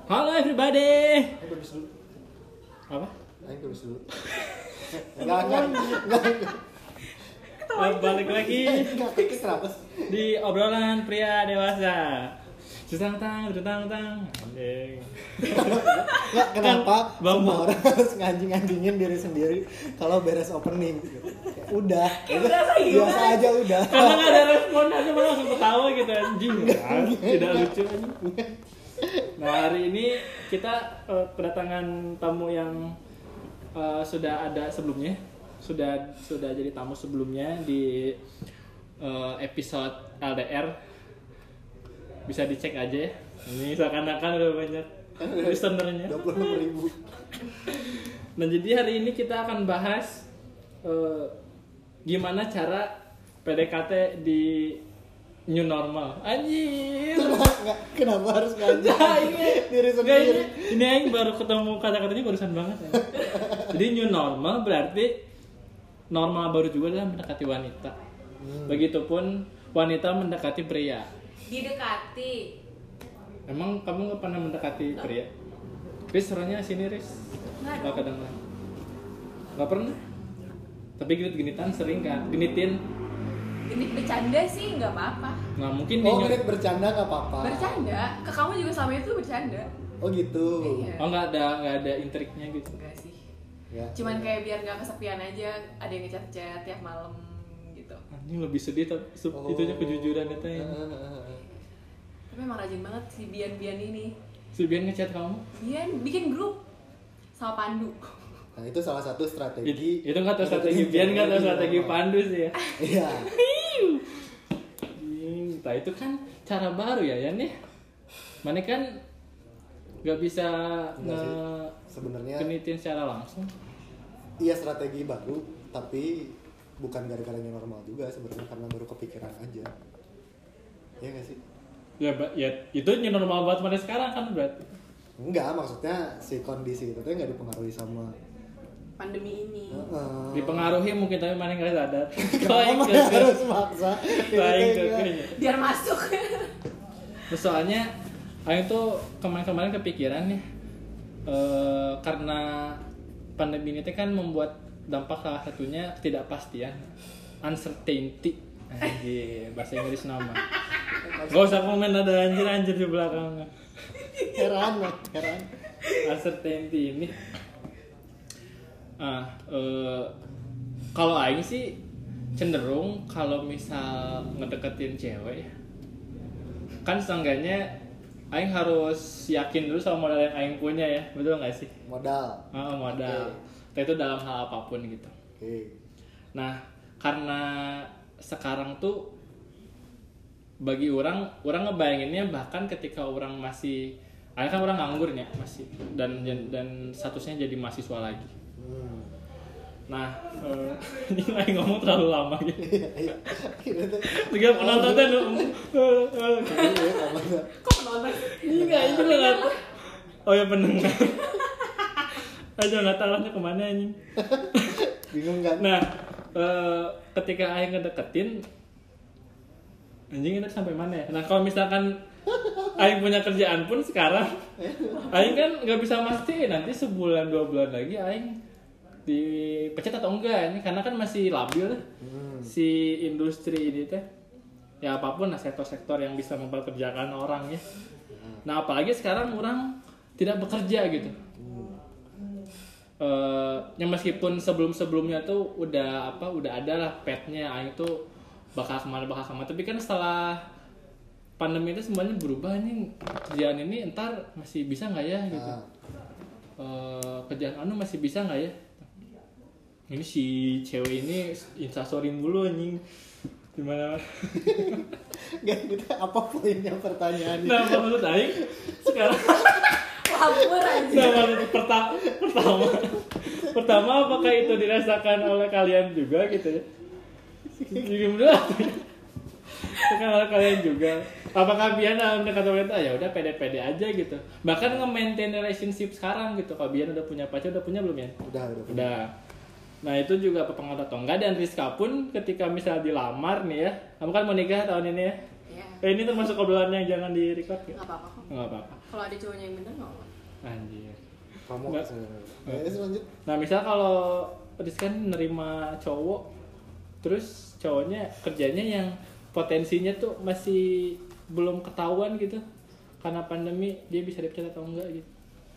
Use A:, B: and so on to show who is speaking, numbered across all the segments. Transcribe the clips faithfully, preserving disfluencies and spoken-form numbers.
A: Halo everybody.
B: Ayo babis dulu.
A: Apa?
B: Ayo babis dulu. Enggak, enggak, enggak.
A: Oh, balik lagi
B: Enggak, pikir kenapa sih?
A: di obrolan pria dewasa. Cutang tang, cutang tang. Anjing.
B: Enggak, kenapa
A: Kan, Bang,
B: semua orang harus nganjing-nganjingin diri sendiri kalau beres opening gitu. Kayak udah,
C: Kayak berasa
B: biasa
C: gimana?
B: aja udah.
A: Karena nggak ada respon aja malah langsung ketawa gitu anjing. Ah, Tidak lucu anjing. Nah hari ini kita uh, kedatangan tamu yang uh, sudah ada sebelumnya, sudah sudah jadi tamu sebelumnya di uh, episode L D R. Bisa dicek aja ya. Ini seakan-akan udah banyak listenernya.
B: dua puluh enam ribu.
A: Nah jadi hari ini kita akan bahas uh, gimana cara P D K T di new normal. Anjir.
B: Enggak, kenapa harus ngajak
A: Nah, ini
B: diri
A: Nggak,
B: sendiri?
A: ini, ini aing baru ketemu kata-katanya barusan banget ya. Jadi new normal berarti normal baru juga dalam mendekati wanita.
B: Hmm.
A: Begitupun wanita mendekati pria.
C: Didekati.
A: Emang kamu nggak pernah mendekati pria? Riz, suaranya sini Riz.
C: Nggak
A: Nggak kadang lah. Nggak pernah. Tapi genit-genitan sering kan? Genitin.
C: Ini bercanda sih nggak apa-apa.
A: Nggak mungkin
B: Oh,
A: dia.
B: menit bercanda enggak apa-apa.
C: Bercanda. Ke kamu juga selama itu bercanda.
B: Oh gitu.
C: Iya.
A: Oh nggak ada nggak ada intriknya gitu.
C: Enggak sih.
B: Ya.
C: Cuman kayak biar nggak kesepian aja. Ada yang ngechat-chat tiap malam gitu.
A: Anjing lebih sedih tapi su-
B: Oh.
A: itunya kejujuran itu ya.
C: Tapi emang rajin banget si Bian-Bian ini.
A: Si Bian ngechat kamu?
C: Bian bikin grup sama Pandu.
B: Nah, itu salah satu strategi.
A: Itu nggak tahu strategi Bian, nggak tahu strategi Pandu sih ya.
B: Iya.
A: Anjing, nah itu kan cara baru ya Yan nih. Mana kan nggak bisa
B: Enggak sih.
A: nge-
B: Sebenarnya
A: genitin secara langsung.
B: iya strategi baru, tapi bukan gara-gara new normal juga sebenarnya karena baru kepikiran aja. Iya nggak sih?
A: Ya, ba- ya itu new normal buat mana sekarang kan berarti.
B: Enggak, maksudnya si kondisi itu tuh nggak dipengaruhi sama
C: Pandemi ini.
B: Heeh.
A: Dipengaruhi mungkin tapi mana nggak sadar.
B: Kenapa
A: Kayak
B: mana harus maksa?
A: Kayak
B: Gitu,
A: kayaknya.
C: Biar masuk.
A: Terus soalnya Aing tuh kemarin-kemarin kepikiran nih eh, karena pandemi ini teh kan membuat dampak salah satunya ketidakpastian, uncertainty. Anjir, bahasa Inggris nama. Gak usah komen ada anjir-anjir di belakang.
B: Heran, heran.
A: Uncertainty ini. Ah, eh, kalau Aing sih cenderung kalau misal ngedeketin cewek kan seenggaknya Aing harus yakin dulu sama modal yang Aing punya ya, betul nggak sih?
B: Modal.
A: Ah, modal. Okay. Itu dalam hal apapun gitu.
B: Oke.
A: Nah, karena sekarang tuh bagi orang, orang ngebayanginnya bahkan ketika orang masih, Aing kan orang nganggurnya masih dan dan statusnya jadi mahasiswa lagi.
B: Hmm.
A: Nah, eh, ini Aing ngomong terlalu lama gitu.
B: Iya, iya.
A: Tiga penontonnya nu.
B: Iya, sama enggak.
C: Kok penonton?
A: Enggak, itu lah nggak tahu. Oh ya pendengar. Aja nggak tahu arahnya kemana anjing.
B: Bingung kan?
A: Nah, eh, ketika Aing ngedeketin, anjing itu sampai mana ya? Nah kalau misalkan Aing punya kerjaan pun sekarang, Aing kan nggak bisa mastiin nanti sebulan dua bulan lagi Aing dipecat atau enggak ini karena kan masih labil
B: Hmm.
A: si industri ini teh. Ya apapun lah sektor-sektor yang bisa mempekerjakan orang ya. Nah apalagi sekarang orang tidak bekerja gitu. Uh, yang meskipun sebelum-sebelumnya tuh udah apa udah ada lah petnya Aing tuh bakal kemana bakal kemana tapi kan setelah pandemi itu semuanya berubah nih kerjaan ini entar masih bisa nggak ya gitu
B: Ah.
A: uh, kerjaan anu masih bisa nggak ya ini si cewek ini instastory mulu anjing gimana.
B: Enggak gitu apa poinnya pertanyaannya?
A: Nah maksud Aing sekarang
C: Kabur aja.
A: Nah, maksud perta- pertama pertama apakah itu dirasakan oleh kalian juga gitu ya? Gimana dulu? Bukan oleh kalian juga. Apakah Bian dalam kata wanita ya udah pede-pede aja gitu. Bahkan nge-maintain relationship sekarang gitu. Kalau Bian udah punya pacar udah punya belum ya?
B: Udah, udah.
A: Udah. Nah itu juga berpengaruh atau enggak dan Rizka pun ketika misal dilamar nih ya, kamu kan mau nikah tahun ini ya?
C: Ya.
A: Eh ini termasuk obrolan yang jangan di record ya?
C: Nggak apa-apa kok.
A: Nggak apa-apa.
C: Kalau ada cowoknya yang bener nggak apa-apa.
A: Anjir.
B: Kamu
A: Nggak.
B: ya yes, lanjut.
A: Nah misal kalau Rizkan nerima cowok, terus cowoknya kerjanya yang potensinya tuh masih belum ketahuan gitu, karena pandemi dia bisa dipecat atau enggak gitu.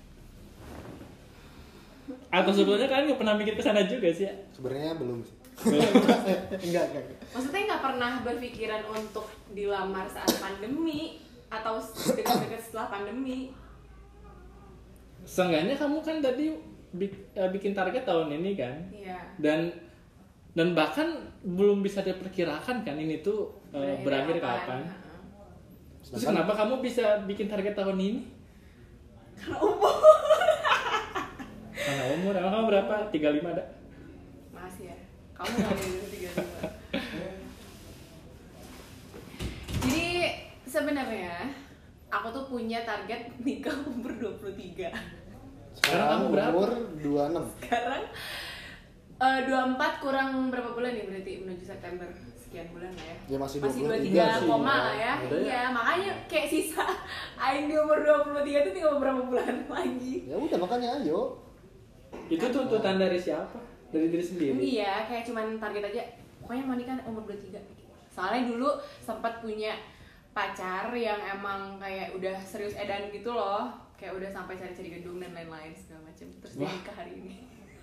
A: Atau sebelumnya kalian nggak pernah mikir kesana juga sih ya?
B: Sebenarnya belum sih.
C: Enggak, enggak. Maksudnya nggak pernah berpikiran untuk dilamar saat pandemi atau dekat-dekat setelah pandemi?
A: Seenggaknya kamu kan tadi bik- uh, bikin target tahun ini kan?
C: Iya.
A: Dan dan bahkan belum bisa diperkirakan kan ini tuh uh, berakhir kapan. Terus kenapa kamu bisa bikin target tahun ini?
C: Karena umur.
A: Karena umur, emang kamu berapa? tiga puluh lima ada?
C: Masih ya. Kamu nggak ada tiga puluh lima. Jadi sebenarnya aku tuh punya target nikah umur dua puluh tiga.
A: Sekarang kamu berapa?
B: Umur dua puluh enam.
C: Sekarang uh, dua puluh empat kurang berapa bulan nih berarti menuju September? Sekian bulan lah ya.
B: Ya masih
C: Masih
B: dua
C: dua
B: puluh
C: puluh
B: tiga
C: tiga
B: sih.
C: koma lah ya.
A: Udah ya.
C: Iya, makanya kayak sisa Aing di umur dua puluh tiga itu tinggal beberapa bulan lagi.
B: Ya udah makanya ayo.
A: Itu tuntutan dari siapa? Dari diri sendiri?
C: Iya, kayak cuman target aja. Pokoknya mau nikah umur dua puluh tiga. Soalnya dulu sempat punya pacar yang emang kayak udah serius edan gitu loh. Kayak udah sampai cari-cari gedung dan lain-lain segala macam. Terus dia
A: Wah.
C: nikah hari ini.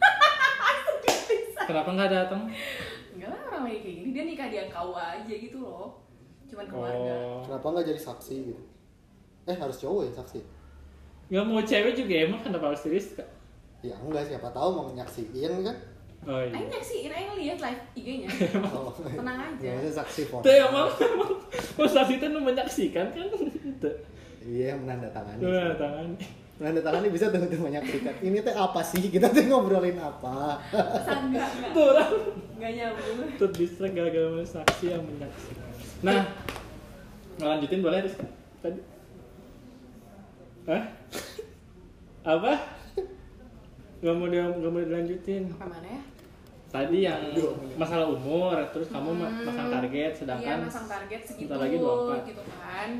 A: Kenapa nggak datang?
C: Enggak lah, orang lagi kayak gini dia nikah di K U A aja gitu loh. Cuman keluarga.
A: Oh.
B: Kenapa nggak jadi saksi gitu? Eh harus cowok ya saksi?
A: Nggak mau cewek juga emang kenapa harus serius kak?
B: Ya enggak, siapa tahu mau nyaksiin kan?
A: Oh
C: Aing
A: iya.
C: nyaksiin, Aing lihat live I G-nya.
B: Oh.
C: Tenang aja.
B: Maksudnya saksi foto.
A: Tuh emang emang pas saksi itu menyaksikan kan? Tuh.
B: Iya menandatangani.
A: Tuh tangan.
B: Menandatangani bisa tuh tuh menyaksikan. Ini teh apa sih? Kita tuh ngobrolin apa?
C: Enggak, enggak.
A: Tuh orang.
C: Enggak nyambung.
A: Tuh distract gara-gara saksi yang menyaksikan. Nah, ngelanjutin boleh Rizka? Tadi? Hah? Apa? Gak mau dia gak mau dilanjutin.
C: Apa mana ya?
A: Tadi yang masalah umur, terus kamu
C: Hmm,
A: masang target, sedangkan
C: iya, masang target segitu
A: bentar lagi dua puluh empat.
C: gitu kan.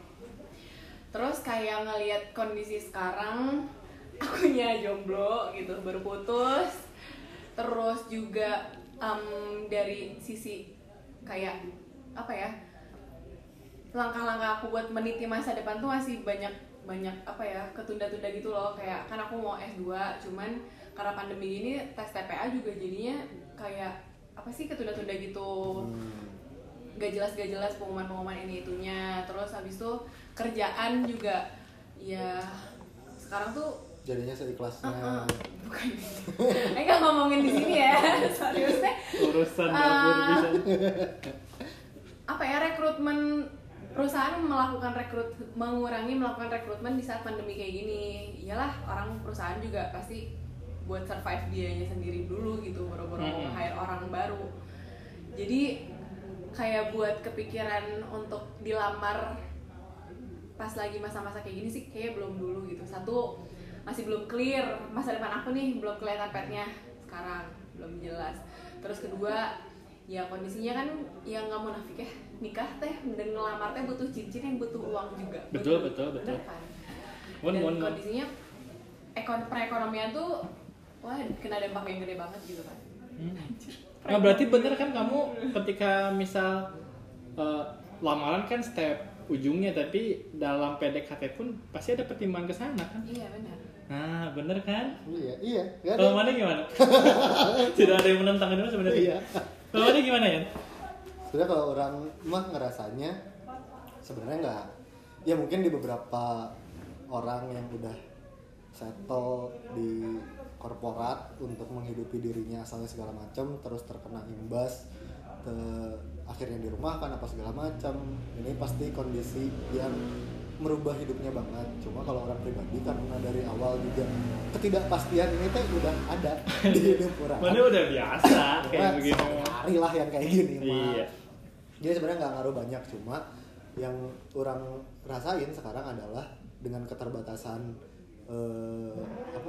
C: Terus kayak ngelihat kondisi sekarang, akunya jomblo gitu, baru putus. Terus juga em, dari sisi kayak apa ya? Langkah-langkah aku buat meniti masa depan tuh masih banyak banyak apa ya, ketunda-tunda gitu loh. Kayak kan aku mau S dua, cuman karena pandemi ini tes T P A juga jadinya kayak apa sih ketunda-tunda gitu.
B: Hmm.
C: Gak jelas gak jelas pengumuman-pengumuman ini itunya. Terus habis itu kerjaan juga ya sekarang tuh
B: Jadinya seikhlasnya.
C: uh-uh, bukan eh gak ngomongin di sini ya. Seriusnya
A: urusan dapur
C: Ah.
A: bisa.
C: apa ya, rekrutmen perusahaan melakukan rekrut mengurangi melakukan rekrutmen di saat pandemi kayak gini. Iyalah, orang perusahaan juga pasti buat survive dianya sendiri dulu gitu, boro-boro
A: Hmm.
C: hire orang baru. Jadi kayak buat kepikiran untuk dilamar pas lagi masa-masa kayak gini sih kayak belum dulu gitu. Satu, masih belum clear masa depan aku nih, belum kelihatan petnya sekarang, belum jelas. Terus kedua, ya kondisinya kan yang nggak munafik ya, nikah teh dan ngelamar teh butuh cincin yang butuh uang juga.
A: Betul, betul, betul.
C: Bener kan?
A: Mun,
C: Dan
A: mun, mun.
C: kondisinya ekon perekonomian tuh wah kena dampak yang gede banget gitu kan.
A: Hmm. Nah berarti bener kan kamu ketika misal uh, lamaran kan step ujungnya, tapi dalam P D K T pun pasti ada pertimbangan ke sana kan?
C: Iya benar.
A: Nah bener kan?
B: Iya, iya. Gak
A: Kalau
B: ada.
A: mana gimana? Tidak ada yang menentang itu sebenarnya.
B: Iya.
A: Kalau mana gimana ya?
B: Sebenarnya kalau orang mah ngerasanya sebenarnya nggak. Ya mungkin di beberapa orang yang udah settle di korporat untuk menghidupi dirinya asalnya segala macam, terus terkena imbas ke akhirnya dirumahkan apa segala macam. Ini pasti kondisi yang merubah hidupnya banget. Cuma kalau orang pribadi karena dari awal juga ketidakpastian ini teh udah ada di hidup orang.
A: Mana udah biasa kayak
B: Cuma
A: begitu.
B: sehari lah yang kayak gini mah.
A: Iya.
B: Jadi sebenarnya nggak ngaruh banyak, cuma yang orang rasain sekarang adalah dengan keterbatasan eh, apa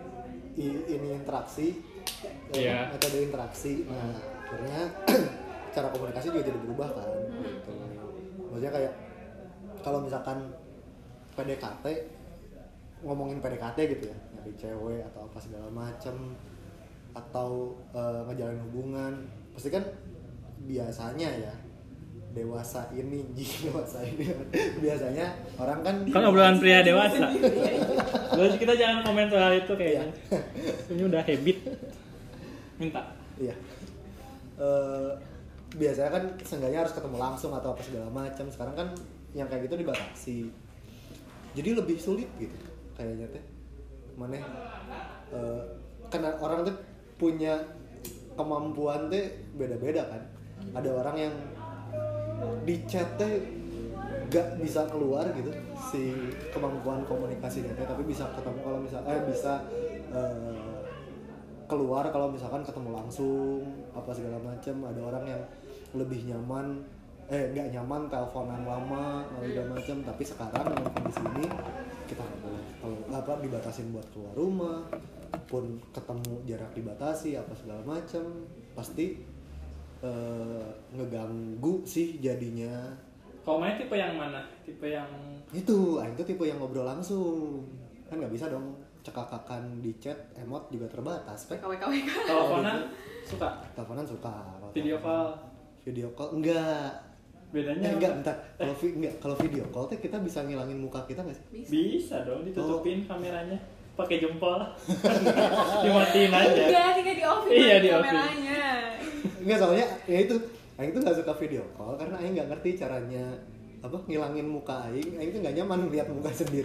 B: I, ini interaksi,
A: Iya.
B: metode interaksi. Nah akhirnya cara komunikasi juga jadi berubah kan gitu. Maksudnya kayak kalau misalkan P D K T, ngomongin P D K T gitu ya, nyari cewek atau apa segala macem, atau uh, ngejalanin hubungan, pasti kan biasanya ya dewasa ini, dewasa ini biasanya orang kan
A: kan obrolan pria dewasa. Terus kita jangan komen soal itu kayaknya. Ini udah habit. Minta.
B: Iya. Uh, biasanya kan seenggaknya harus ketemu langsung atau apa segala macam. Sekarang kan yang kayak gitu dibatasi. Jadi lebih sulit gitu kayaknya teh. Mana uh, karena orang tuh punya kemampuan teh beda-beda kan. Ada orang yang di chat teh gak bisa keluar gitu si kemampuan komunikasinya teh, tapi bisa ketemu kalau misalnya eh bisa uh, keluar kalau misalkan ketemu langsung apa segala macam. Ada orang yang lebih nyaman eh nggak nyaman teleponan lama segala macam, tapi sekarang dengan kondisi ini kita nggak boleh kalau apa dibatasin buat keluar rumah pun, ketemu jarak dibatasi apa segala macam, pasti eh, ngeganggu sih jadinya.
A: Kalau main tipe yang mana? Tipe yang
B: itu, ah itu tipe yang ngobrol langsung kan nggak bisa dong cekakakan di chat, emot juga terbatas kan.
C: W K W K W K.
A: teleponan suka?
B: Teleponan suka.
A: Video call?
B: Video call enggak.
A: Bedanya
B: Eh, enggak, bentar. Kalau vi- enggak, kalau video call teh kita bisa ngilangin muka kita enggak sih?
C: Bisa.
A: Bisa dong, ditutupin oh. kameranya pakai jempol. Dimatiin aja.
C: Enggak, tinggal di off
A: iya, di
C: kameranya.
B: Enggak, soalnya ya itu Aing tuh gak suka video call karena Aing gak ngerti caranya apa ngilangin muka Aing. Aing tuh gak nyaman lihat muka sendiri.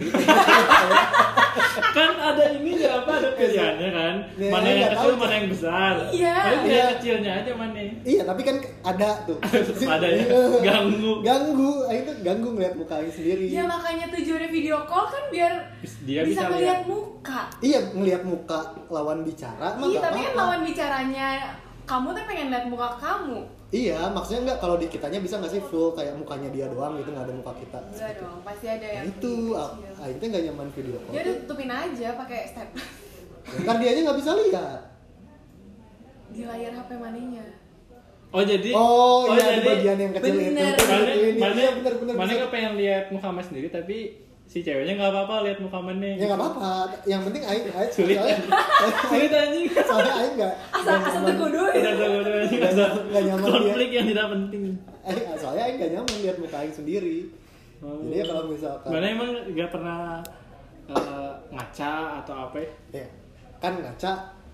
A: Kan ada ini ya apa, ada pilihannya kan,
B: ya,
A: mana yang kecil
B: tahu,
A: mana yang besar.
C: Iya.
A: Tapi
B: iya.
A: yang kecilnya aja mana.
B: Iya, tapi kan ada tuh.
A: Ada ya, ganggu.
B: Ganggu, Aing tuh ganggu ngeliat muka Aing sendiri.
C: Ya makanya tujuannya video call kan biar
A: Dia
C: bisa
A: bisa
C: ngeliat
A: lihat.
C: muka.
B: Iya, ngeliat muka lawan bicara mah
C: Iya,
B: gak
C: tapi kan
B: apa-apa.
C: lawan bicaranya kamu tuh pengen lihat muka kamu.
B: Iya, maksudnya enggak kalau di kitanya bisa nggak sih full kayak mukanya dia doang gitu, nggak ada muka kita.
C: Enggak dong, pasti ada
B: Nah,
C: yang
B: itu,
C: kecil.
B: Aing tuh nggak nyaman video call.
C: Dia udah tutupin aja pakai staples
B: Ntar dia aja nggak bisa lihat.
C: di layar H P mananya.
A: Oh jadi
B: Oh, iya di
A: jadi
B: bagian yang kecil itu.
C: bener.
A: mana
B: Ini,
A: mana
B: iya, bener, bener,
A: mana
B: bisa.
A: nggak pengen lihat muka mas sendiri, tapi si ceweknya nggak apa-apa lihat muka mana.
B: Ya nggak apa-apa. Yang penting Aing, Aing
A: Sulit.
B: soalnya,
A: Sulit anjing.
B: soalnya Aing nggak
C: Asal asal terkudu
A: Tidak
C: ya.
A: tahu
B: nggak nyaman- nggak nyaman lihat.
A: konflik yang tidak penting.
B: Aing, soalnya Aing nggak nyaman lihat muka Aing sendiri.
A: Oh.
B: Jadi ya kalau misalkan,
A: Mana emang nggak pernah eh, ngaca atau apa?
B: ya kan ngaca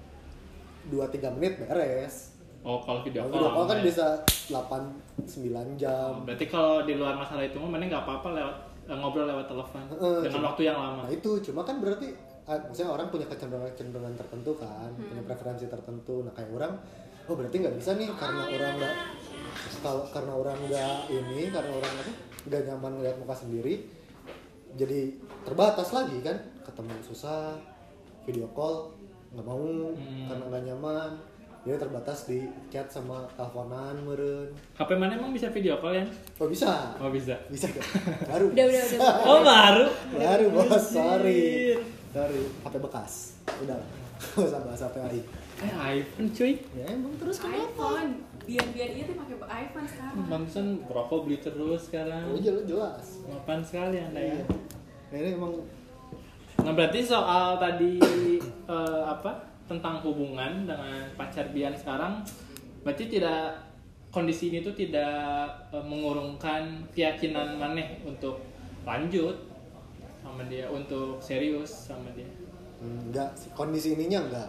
B: dua tiga menit beres.
A: Oh kalau video
B: Kalau
A: call.
B: video call kan
A: ya.
B: bisa delapan sembilan jam.
A: Oh, berarti kalau di luar masalah itu mana nggak apa-apa lewat eh, ngobrol lewat telepon
B: Heeh,
A: dengan
B: cuma-
A: waktu yang lama.
B: Nah itu cuma kan berarti ah, maksudnya orang punya kecenderungan-kecenderungan tertentu kan,
C: Hmm.
B: punya preferensi tertentu. Nah kayak orang, oh berarti nggak bisa nih karena orang nggak kalau karena orang nggak ini karena orang apa nggak nyaman ngeliat muka sendiri, jadi terbatas lagi kan, ketemu susah, video call nggak mau
A: Hmm.
B: karena nggak nyaman, jadi terbatas di chat sama teleponan meren.
A: H P mana emang bisa video call ya?
B: Oh bisa,
A: Oh bisa.
B: bisa kan? Baru.
C: Udah udah udah.
A: Oh baru.
B: Baru bos,
A: Anjir.
B: sorry. Sorry, H P bekas. Udah lah. Gak usah bahas H P lagi.
A: Eh iPhone cuy.
B: Ya emang terus kenapa?
C: iPhone. Biar-biar iya tuh pakai iPhone sekarang.
A: Bangsan rokok beli terus sekarang.
B: Oh jelas, jelas.
A: Mapan sekali anda ya.
B: Iya. Nah, ini emang
A: Nah berarti soal tadi eh, apa tentang hubungan dengan pacar Bian sekarang, berarti tidak kondisi ini tuh tidak eh, mengurungkan keyakinan maneh untuk lanjut sama dia, untuk serius sama dia.
B: enggak sih, kondisi ininya enggak.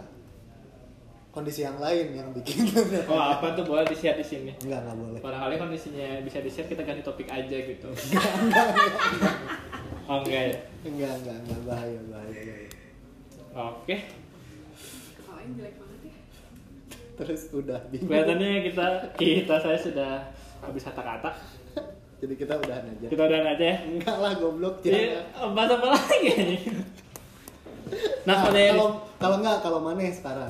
B: Kondisi yang lain yang bikin.
A: Oh apa tuh boleh di-share di sini?
B: Enggak, enggak boleh.
A: Barangkali kondisinya bisa di-share, kita ganti topik aja gitu.
B: Enggak, enggak, enggak.
A: Oh enggak ya?
B: Enggak, enggak, enggak bahaya, bahaya. bahaya.
A: Oke.
C: Oh, ini jelek banget ya.
B: Terus udah bingung.
A: Kelihatannya kita kita saya sudah habis kata-kata.
B: Jadi kita udahan aja.
A: Kita udahan aja ya.
B: Enggak lah, goblok.
A: Iya,
B: Jangan.
A: bahas apa lagi ini? Nah,
B: Nah,
A: kalau dari-
B: kalau kalau enggak, kalau maneh sekarang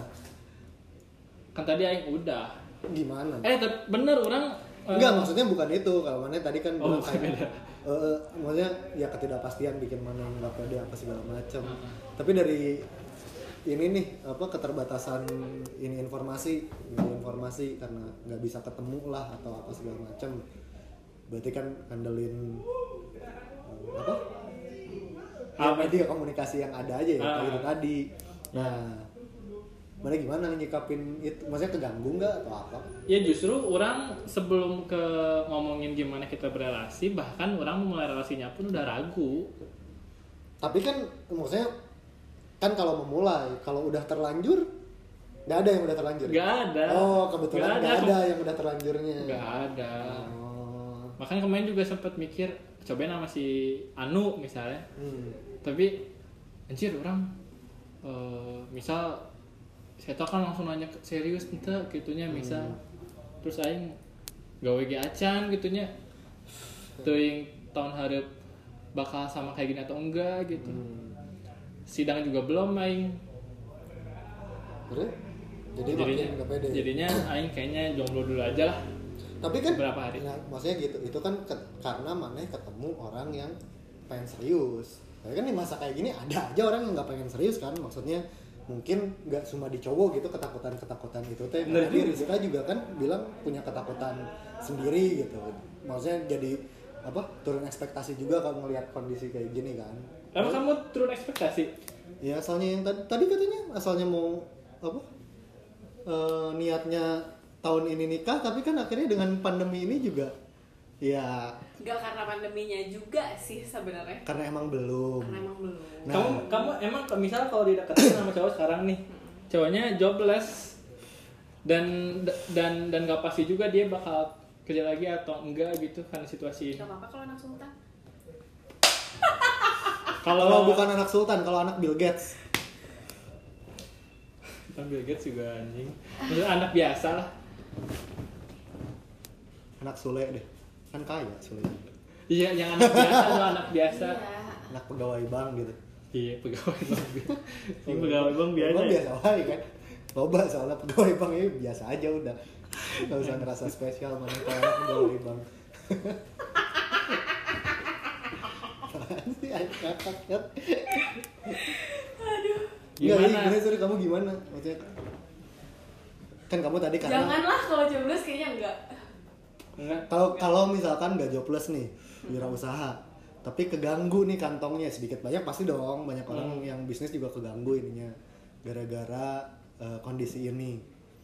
A: kan tadi aing udah.
B: gimana?
A: Eh, tapi bener orang eh,
B: Enggak, maksudnya bukan itu. Kalau mana tadi kan
A: Oh,
B: bilang
A: bukan
B: kayak,
A: beda.
B: eh, eh, maksudnya ya ketidakpastian bikin mana nggak pede apa segala macam.
A: Mm-mm.
B: Tapi dari ini nih apa keterbatasan ini informasi, ini informasi karena nggak bisa ketemu lah atau apa segala macam. Berarti kan ngandelin um, apa? Ya, media komunikasi yang ada aja ya
A: ah.
B: kayak itu tadi. Nah, mana gimana nyikapin itu? Maksudnya keganggu nggak atau apa?
A: Ya justru orang sebelum ke ngomongin gimana kita berelasi, bahkan orang memulai relasinya pun udah ragu.
B: Tapi kan maksudnya kan kalau memulai, kalau udah terlanjur nggak ada yang udah terlanjur.
A: Nggak ada.
B: Oh kebetulan nggak ada, ada yang udah terlanjurnya.
A: Nggak ada.
B: Oh.
A: Makanya kemarin juga sempat mikir cobain sama si Anu misalnya.
B: Hmm.
A: Tapi anjir orang uh, misal saya tahu kan langsung nanya serius ente gitunya misal hmm. terus aing gawe ge acan gitunya teuing tahun hareup bakal sama kayak gini atau enggak gitu. Hmm. Sidang juga belum aing.
B: Bener? Jadi
A: jadinya,
B: makin gak pede.
A: Jadinya aing kayaknya jomblo dulu aja lah.
B: Tapi kan
A: berapa hari?
B: Ya, maksudnya gitu. Itu kan ke- karena maneh ketemu orang yang pengen serius. Tapi kan di masa kayak gini ada aja orang yang nggak pengen serius kan. Maksudnya mungkin nggak cuma di cowok gitu ketakutan-ketakutan itu teh. Karena dia Rizka juga kan bilang punya ketakutan sendiri gitu. Maksudnya jadi apa turun ekspektasi juga kalau ngelihat kondisi kayak gini kan.
A: Emang kamu turun ekspektasi?
B: Ya asalnya yang tadi, tadi katanya asalnya mau apa e, niatnya tahun ini nikah, tapi kan akhirnya dengan pandemi ini juga ya
C: nggak karena pandeminya juga sih sebenarnya,
B: karena emang belum.
C: karena emang belum.
B: Nah,
A: kamu kamu emang misal kalau dideketin sama cowok sekarang nih, cowoknya jobless dan dan dan nggak pasti juga dia bakal kerja lagi atau enggak gitu karena situasi ini.
C: Gak apa-apa kalau anak sultan.
B: kalau bukan anak sultan, kalau anak Bill Gates.
A: Bukan Bill Gates juga anjing. Maksudnya anak biasa lah.
B: Anak Sule deh. Kan kaya Sule.
A: Iya, yang anak biasa atau anak biasa.
C: Iya.
B: Anak pegawai bank gitu.
A: Iya, pegawai bank. Ini pegawai bank biasa.
B: Bank biasa aja kan. Loba soalnya pegawai bank ini biasa aja udah. Gak usah ngerasa spesial mana kalau anak pegawai bank. Sih kakak kan.
C: Aduh.
B: Gimana? Iya, gimana sorry kamu gimana? Maksudnya kan kamu tadi karena
C: Janganlah kalau jobless kayaknya enggak.
A: Enggak.
B: Kalau kalau misalkan nggak jobless nih, wirausaha, tapi keganggu nih kantongnya sedikit banyak pasti dong banyak orang
A: Hmm.
B: yang bisnis juga keganggu ininya gara-gara uh, kondisi ini.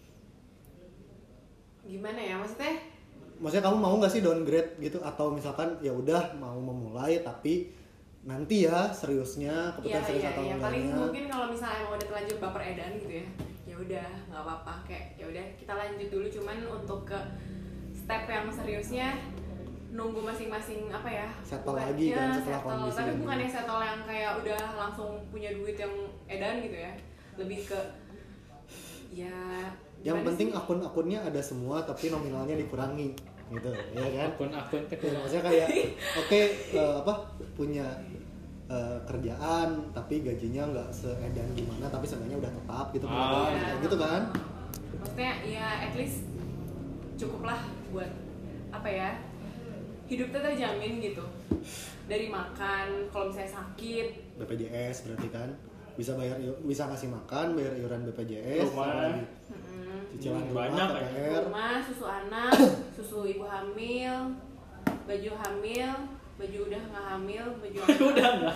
C: Gimana ya maksudnya?
B: Maksudnya kamu mau nggak sih downgrade gitu atau misalkan ya udah mau memulai tapi nanti ya seriusnya kebetulan
C: Iya
B: serius
C: iya
B: atau
C: iya paling
B: enggaknya.
C: mungkin kalau misalnya emang udah terlanjur baper edan gitu ya. Ya udah nggak apa-apa kayak ya udah kita lanjut dulu cuman untuk ke step yang seriusnya nunggu masing-masing apa ya
B: Settle
C: bukan-
B: lagi
C: ya,
B: kan setelah
C: settle.
B: kondisi
C: Tapi
B: ini.
C: bukan yang settle yang kayak udah langsung punya duit yang edan gitu ya, lebih ke ya
B: Yang
C: gimana
B: penting
C: sih?
B: akun-akunnya ada semua tapi nominalnya dikurangi gitu ya kan.
A: Akun-akun teh
B: Ya, maksudnya kayak oke okay, uh, apa punya uh, kerjaan tapi gajinya nggak seedan gimana tapi sebenarnya udah tetap gitu
A: Ah,
B: kayak
C: Ya,
B: gitu kan.
C: maksudnya ya at least cukup lah buat apa ya hidup tuh terjamin gitu dari makan kalau misalnya sakit.
B: B P J S berarti kan bisa bayar bisa ngasih makan bayar iuran B P J S
A: Rumah.
B: sama lagi
C: Mm-mm.
B: cicilan
A: Hmm,
B: rumah
A: banyak
B: K P R.
C: Rumah, susu anak, susu ibu hamil, baju hamil, baju udah nggak hamil, baju anak.
A: udah enggak.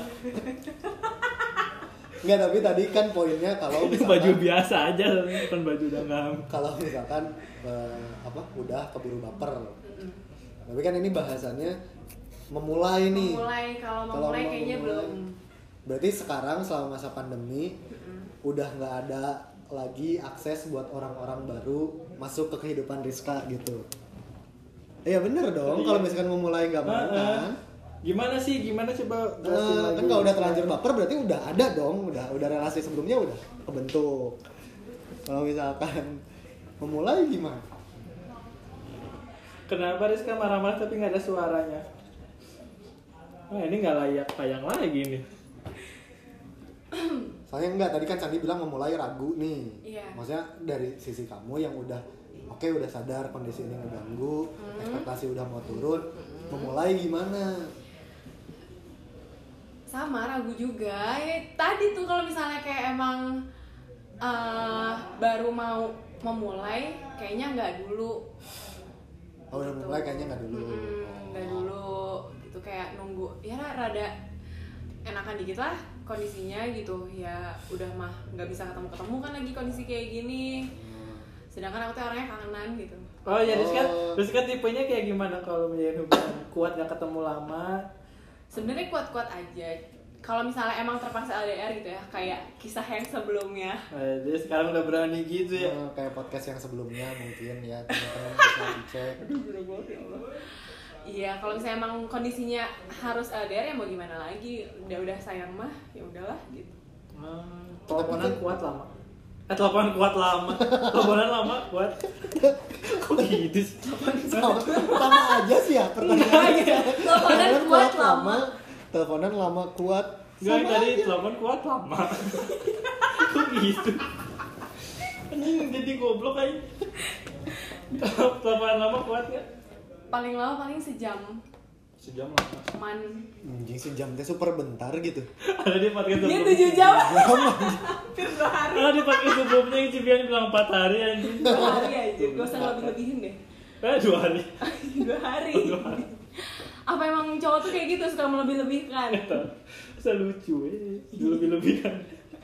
B: Enggak, tapi tadi kan poinnya kalau
A: Itu
B: misalkan
A: baju biasa aja, bukan baju dangam.
B: kalau misalkan eh, apa udah keburu baper.
C: Mm-mm.
B: Tapi kan ini bahasannya memulai nih.
C: Memulai kalau
B: Kalau
C: memulai
B: mau
C: kayaknya
B: memulai.
C: belum.
B: Berarti sekarang selama masa pandemi
C: Mm-mm.
B: udah nggak ada lagi akses buat orang-orang baru masuk ke kehidupan Rizka gitu. Iya bener dong,
A: Iya.
B: kalau misalkan memulai nggak mau
A: Ah, ah.
B: kan.
A: Gimana sih? Gimana coba
B: Eh,
A: jelasin lagi?
B: kan kalau udah terlanjur baper berarti udah ada dong, udah udah relasi sebelumnya udah kebentuk. Kalau misalkan memulai gimana?
A: Kenapa Rizka marah-marah tapi nggak ada suaranya? Oh, ini nggak layak tayang lagi nih.
B: Soalnya enggak, tadi kan Sandi bilang memulai ragu nih.
C: Iya.
B: Maksudnya dari sisi kamu yang udah oke okay, udah sadar kondisi ini ngeganggu,
C: Hmm.
B: ekspektasi udah mau turun, memulai gimana?
C: Sama ragu juga. Ya, tadi tuh kalau misalnya kayak emang uh, baru mau memulai kayaknya nggak dulu.
B: Oh udah mulai kayaknya nggak dulu.
C: Hmm, nggak dulu gitu, kayak nunggu ya rada enakan dikit lah kondisinya gitu ya, udah mah nggak bisa ketemu ketemu kan lagi kondisi kayak gini, sedangkan aku tuh orangnya kangenan gitu.
A: Oh ya, Rizka,
B: Oh.
A: Rizka tipenya kayak gimana kalau menjalin hubungan kuat nggak ketemu lama?
C: Sebenarnya kuat-kuat aja kalau misalnya emang terpaksa L D R gitu ya, kayak kisah yang sebelumnya.
A: Eh, jadi sekarang udah berani gitu ya?
B: Nah, kayak podcast yang sebelumnya mungkin ya teman-teman bisa dicek.
A: Aduh, bener banget ya Allah.
C: Iya, kalau misalnya emang kondisinya harus L D R ya mau gimana lagi, udah udah sayang mah ya udahlah gitu.
A: Hmm, teleponan kuat lama. Eh, teleponan kuat lama. Teleponan lama kuat. Kok gitu sih?
B: sama, sama aja sih ya pertanyaannya.
C: Teleponan kuat lama.
B: Teleponan lama kuat.
A: Enggak,
B: Sama
A: tadi
B: aja.
A: telepon kuat lama. Kok gitu? Anjing jadi goblok aja. Teleponan lama kuat nggak?
C: Paling lama paling sejam.
A: Sejam lah.
C: Man.
B: Anjing sejam teh super bentar gitu.
A: Ada di podcast
C: Dia
A: sebelumnya.
C: tujuh jam. Hampir dua hari.
A: Ada di podcast sebelumnya yang Cibian bilang empat hari anjing.
C: Dua hari aja, gak usah lebih-lebihin deh.
A: Eh, dua hari.
C: Dua hari.
A: Oh, dua hari.
C: Apa emang cowok tuh kayak gitu, suka melebih-lebihkan?
A: Eta, bisa lucu eh. Lebih-lebih kan.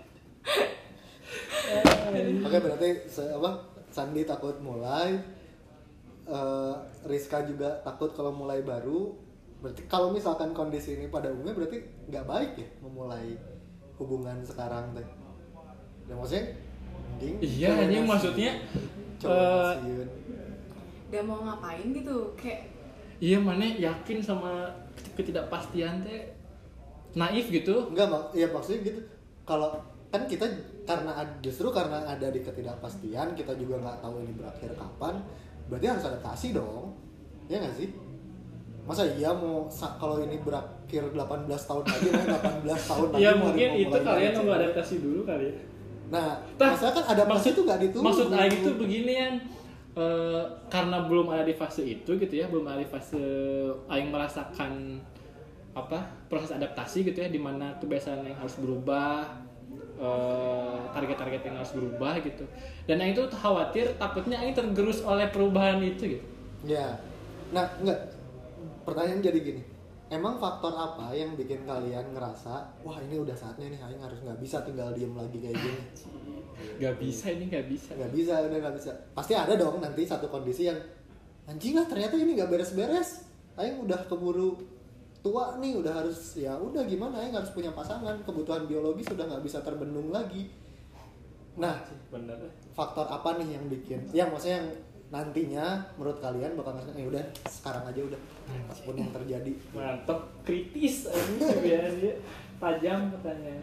B: Oke berarti se- apa Sandi takut mulai, eh, Rizka juga takut kalau mulai baru. Berarti kalau misalkan kondisi ini pada umumnya berarti nggak baik ya memulai hubungan sekarang teh. Ya maksudnya mending
A: Iya,
B: coba
A: ini
B: nasihin.
A: maksudnya
B: Coba
A: eh,
B: nasihin.
C: Dia mau ngapain gitu, kayak
A: iya mana yakin sama ketidakpastian teh naif gitu.
B: Enggak mak, ya maksudnya gitu. Kalau kan kita karena ad- justru karena ada di ketidakpastian, kita juga nggak tahu ini berakhir kapan. Berarti harus adaptasi dong, ya nggak sih? Masa iya mau sa- kalau ini berakhir delapan belas tahun lagi, nah delapan belas tahun lagi
A: Iya
B: mau
A: mungkin
B: mau
A: itu
B: mulai
A: kalian
B: nyari
A: nunggu
B: cewek.
A: adaptasi dulu kali ya.
B: Nah,
A: Tah,
B: masalah kan adaptasi
A: maksud-
B: itu nggak ditunggu.
A: Maksud Aing itu beginian, eh, karena belum ada di fase itu gitu ya, belum ada di fase Aing merasakan apa proses adaptasi gitu ya, dimana kebiasaan yang harus berubah, eh, target-target yang harus berubah gitu. Dan Aing tuh khawatir takutnya Aing tergerus oleh perubahan itu gitu.
B: Ya, nah enggak. Pertanyaan jadi gini, emang faktor apa yang bikin kalian ngerasa, wah ini udah saatnya nih, Aing harus nggak bisa tinggal diem lagi kayak gini.
A: Gak bisa ini gak bisa.
B: Nggak bisa, udah nggak bisa. Pasti ada dong nanti satu kondisi yang anjing lah ternyata ini nggak beres-beres. Aing udah keburu tua nih, udah harus ya udah gimana, Aing harus punya pasangan, kebutuhan biologis udah nggak bisa terbendung lagi. Nah,
A: Bener.
B: faktor apa nih yang bikin? Yang maksudnya yang nantinya menurut kalian bakal ngerasa, eh udah sekarang aja udah, apapun yang terjadi.
A: Mantap, kritis ini sebenarnya tajam pertanyaan.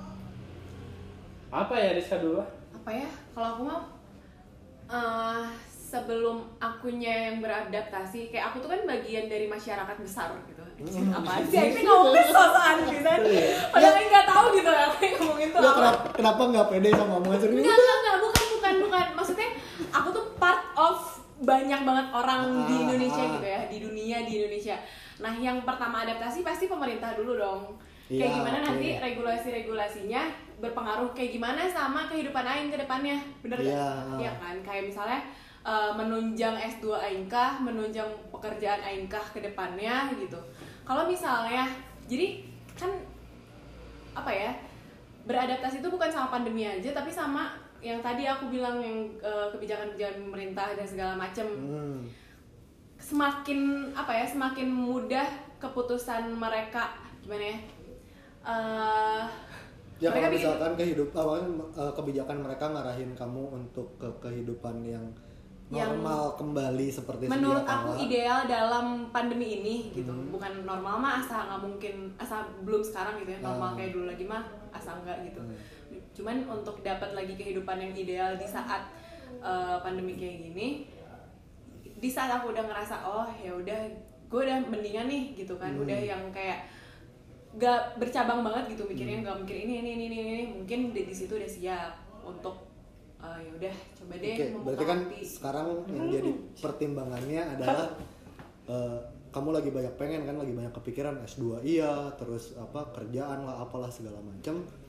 A: Apa ya Rizka dulu?
C: apa ya? Kalau aku mah eh, sebelum akunya yang beradaptasi, kayak aku tuh kan bagian dari masyarakat besar gitu. Apaan sih? Ini ngomongnya sosokan gitu. Padahal Aing nggak tahu gitu ya, Aing ngomongin tuh
B: Ya,
C: apa.
B: kenapa, kenapa nggak pede sama omongan sendiri?
C: Enggak, enggak, enggak, bukan, bukan, bukan. Maksudnya aku tuh part of banyak banget orang di Indonesia
B: Ah.
C: gitu ya, di dunia, di Indonesia. Nah, yang pertama adaptasi pasti pemerintah dulu dong. Kayak
B: Iya,
C: gimana
B: oke.
C: nanti regulasi-regulasinya berpengaruh kayak gimana sama kehidupan Aing ke depannya. Bener gak?
B: Iya.
C: Iya kan? Kayak misalnya eh, menunjang S dua Aing kah, menunjang pekerjaan Aing kah ke depannya gitu. Kalau misalnya, jadi kan apa ya, beradaptasi itu bukan sama pandemi aja, tapi sama yang tadi aku bilang yang eh, kebijakan-kebijakan pemerintah dan segala macem.
B: Hmm.
C: Semakin apa ya, semakin mudah keputusan mereka, gimana ya, Eh,
B: Ya
C: mereka
B: kalau
C: bikin-
B: misalkan kehidupan eh, kebijakan mereka ngarahin kamu untuk ke kehidupan yang
C: Yang
B: normal kembali seperti
C: menurut
B: sedia
C: aku
B: kala.
C: ideal dalam pandemi ini gitu.
B: Hmm.
C: Bukan normal mah asa nggak mungkin, asa belum sekarang gitu ya, normal
B: Hmm.
C: kayak dulu lagi mah asa enggak gitu.
B: Hmm.
C: Cuman untuk dapat lagi kehidupan yang ideal di saat eh, pandemi kayak gini, di saat aku udah ngerasa oh ya udah gue udah mendingan nih gitu kan,
B: Hmm.
C: udah yang kayak gak bercabang banget gitu mikirnya, nggak mikir ini ini ini ini, ini. Mungkin di, di situ udah siap untuk uh, ya udah coba deh
B: Oke,
C: membuka
B: berarti kan
C: hati.
B: sekarang yang jadi pertimbangannya adalah eh, kamu lagi banyak pengen kan, lagi banyak kepikiran S dua iya, terus apa kerjaan lah apalah segala macam.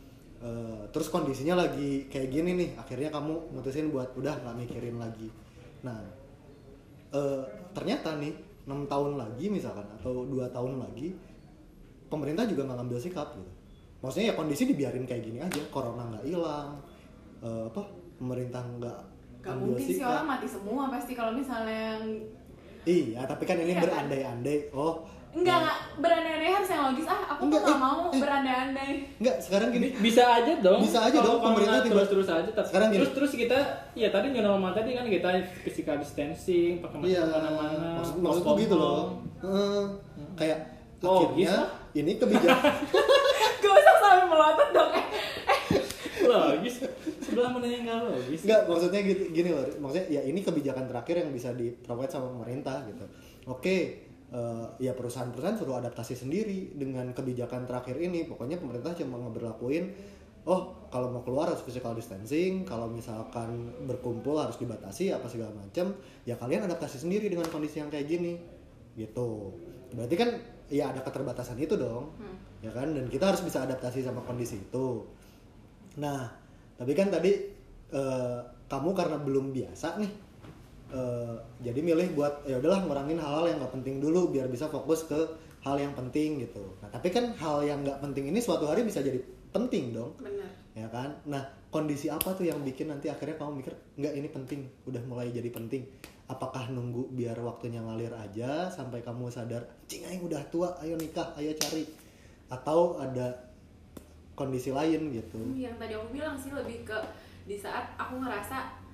B: uh, terus kondisinya lagi kayak gini nih, akhirnya kamu mutusin buat udah nggak mikirin lagi. Nah uh, ternyata nih enam tahun lagi misalkan atau dua tahun lagi pemerintah juga nggak ngambil sikap gitu. Maksudnya ya kondisi dibiarin kayak gini aja, corona nggak hilang, uh, apa pemerintah nggak
C: Gak
B: ambil
C: mungkin sih
B: sikap.
C: orang mati semua pasti kalau misalnya yang
B: Iya, tapi kan ini
C: Iya, kan?
B: berandai-andai. Oh,
C: enggak
B: ya.
C: enggak berandai-andai harus yang logis. Ah, aku
B: Enggak,
C: tuh nggak
B: eh,
C: mau
B: eh.
C: berandai-andai.
B: Enggak, sekarang gini.
A: Bi- bisa aja dong.
B: Bisa aja
A: Kalau
B: dong, pemerintah
A: corona
B: tiba-
A: terus-terus aja. Tapi
B: Sekarang gini.
A: terus terus kita, ya tadi new normal tadi kan kita physical distancing, pakai masker
B: Iya,
A: kemana-mana.
B: maksud, maksudku gitu loh. Heeh. Kayak
A: Logis
B: akhirnya
A: lah.
B: ini kebijakan.
C: Gak usah sampai melotot dong. Eh,
A: Logis. Sebelah mana yang nggak logis?
B: Enggak, maksudnya gitu, gini loh. Maksudnya ya ini kebijakan terakhir yang bisa di-provide sama pemerintah gitu. Oke, eh, ya perusahaan-perusahaan suruh adaptasi sendiri dengan kebijakan terakhir ini. Pokoknya pemerintah cuma ngeberlakuin, oh kalau mau keluar harus physical distancing, kalau misalkan berkumpul harus dibatasi apa segala macam. Ya kalian adaptasi sendiri dengan kondisi yang kayak gini, gitu. Berarti kan ya ada keterbatasan itu dong,
C: Hmm.
B: ya kan? Dan kita harus bisa adaptasi sama kondisi itu. Nah, tapi kan tadi eh, kamu karena belum biasa nih, eh, jadi milih buat ya udahlah ngurangin hal-hal yang nggak penting dulu biar bisa fokus ke hal yang penting gitu. Nah, tapi kan hal yang nggak penting ini suatu hari bisa jadi penting dong,
C: bener.
B: ya kan? Nah, kondisi apa tuh yang bikin nanti akhirnya kamu mikir nggak ini penting, udah mulai jadi penting? Apakah nunggu biar waktunya ngalir aja sampai kamu sadar, cing aing udah tua, ayo nikah, ayo cari, atau ada kondisi lain gitu?
C: Yang tadi aku bilang sih lebih ke di saat aku ngerasa